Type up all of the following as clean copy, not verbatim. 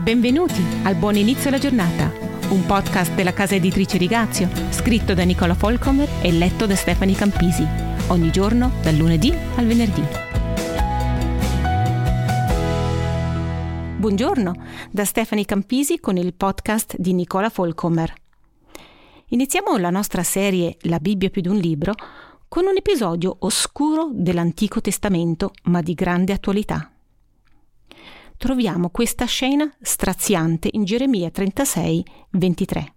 Benvenuti al Buon Inizio alla Giornata, un podcast della casa editrice Rigazio, scritto da Nicola Folcomer e letto da Stephanie Campisi, ogni giorno dal lunedì al venerdì. Buongiorno da Stephanie Campisi con il podcast di Nicola Folcomer. Iniziamo la nostra serie La Bibbia più di un libro con un episodio oscuro dell'Antico Testamento, ma di grande attualità. Troviamo questa scena straziante in Geremia 36, 23.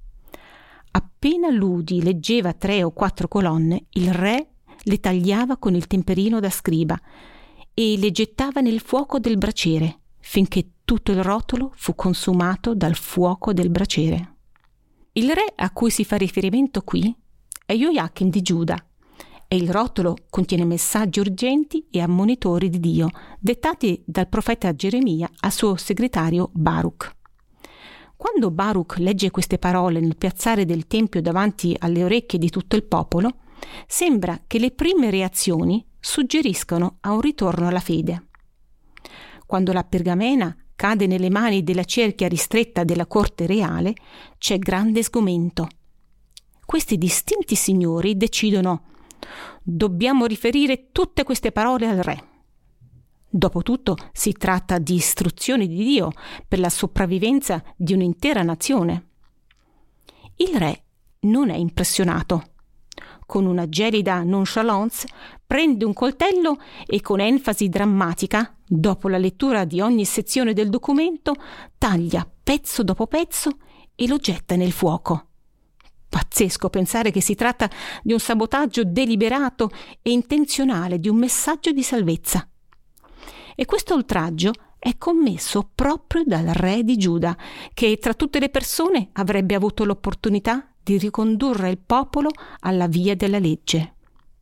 Appena l'Udi leggeva 3 o 4 colonne, il re le tagliava con il temperino da scriba e le gettava nel fuoco del braciere, finché tutto il rotolo fu consumato dal fuoco del braciere. Il re a cui si fa riferimento qui è Joachim di Giuda, e il rotolo contiene messaggi urgenti e ammonitori di Dio, dettati dal profeta Geremia al suo segretario Baruch. Quando Baruch legge queste parole nel piazzale del Tempio davanti alle orecchie di tutto il popolo, sembra che le prime reazioni suggeriscono a un ritorno alla fede. Quando la pergamena cade nelle mani della cerchia ristretta della corte reale, c'è grande sgomento. Questi distinti signori decidono: dobbiamo riferire tutte queste parole al re. Dopotutto si tratta di istruzioni di Dio per la sopravvivenza di un'intera nazione. Il re non è impressionato. Con una gelida nonchalance prende un coltello e con enfasi drammatica, dopo la lettura di ogni sezione del documento, taglia pezzo dopo pezzo e lo getta nel fuoco. Pazzesco pensare che si tratta di un sabotaggio deliberato e intenzionale di un messaggio di salvezza. E questo oltraggio è commesso proprio dal re di Giuda, che tra tutte le persone avrebbe avuto l'opportunità di ricondurre il popolo alla via della legge.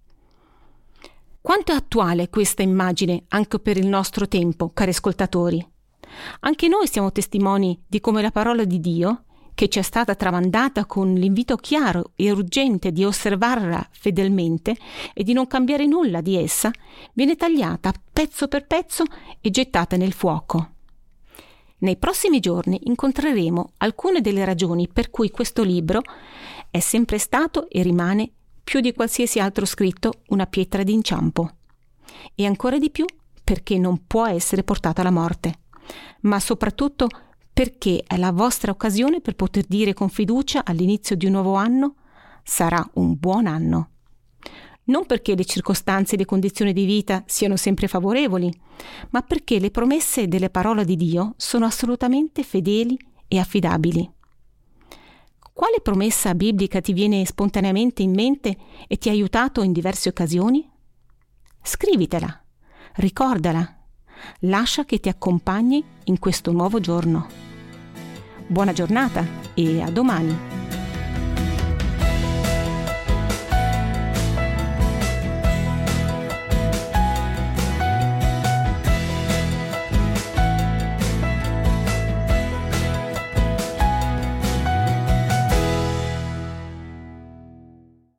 Quanto è attuale questa immagine anche per il nostro tempo, cari ascoltatori? Anche noi siamo testimoni di come la parola di Dio, che ci è stata tramandata con l'invito chiaro e urgente di osservarla fedelmente e di non cambiare nulla di essa, viene tagliata pezzo per pezzo e gettata nel fuoco. Nei prossimi giorni incontreremo alcune delle ragioni per cui questo libro è sempre stato e rimane, più di qualsiasi altro scritto, una pietra d'inciampo. E ancora di più perché non può essere portato alla morte, ma soprattutto perché è la vostra occasione per poter dire con fiducia all'inizio di un nuovo anno: sarà un buon anno. Non perché le circostanze e le condizioni di vita siano sempre favorevoli, ma perché le promesse delle parole di Dio sono assolutamente fedeli e affidabili. Quale promessa biblica ti viene spontaneamente in mente e ti ha aiutato in diverse occasioni? Scrivitela, ricordala, lascia che ti accompagni in questo nuovo giorno. Buona giornata e a domani!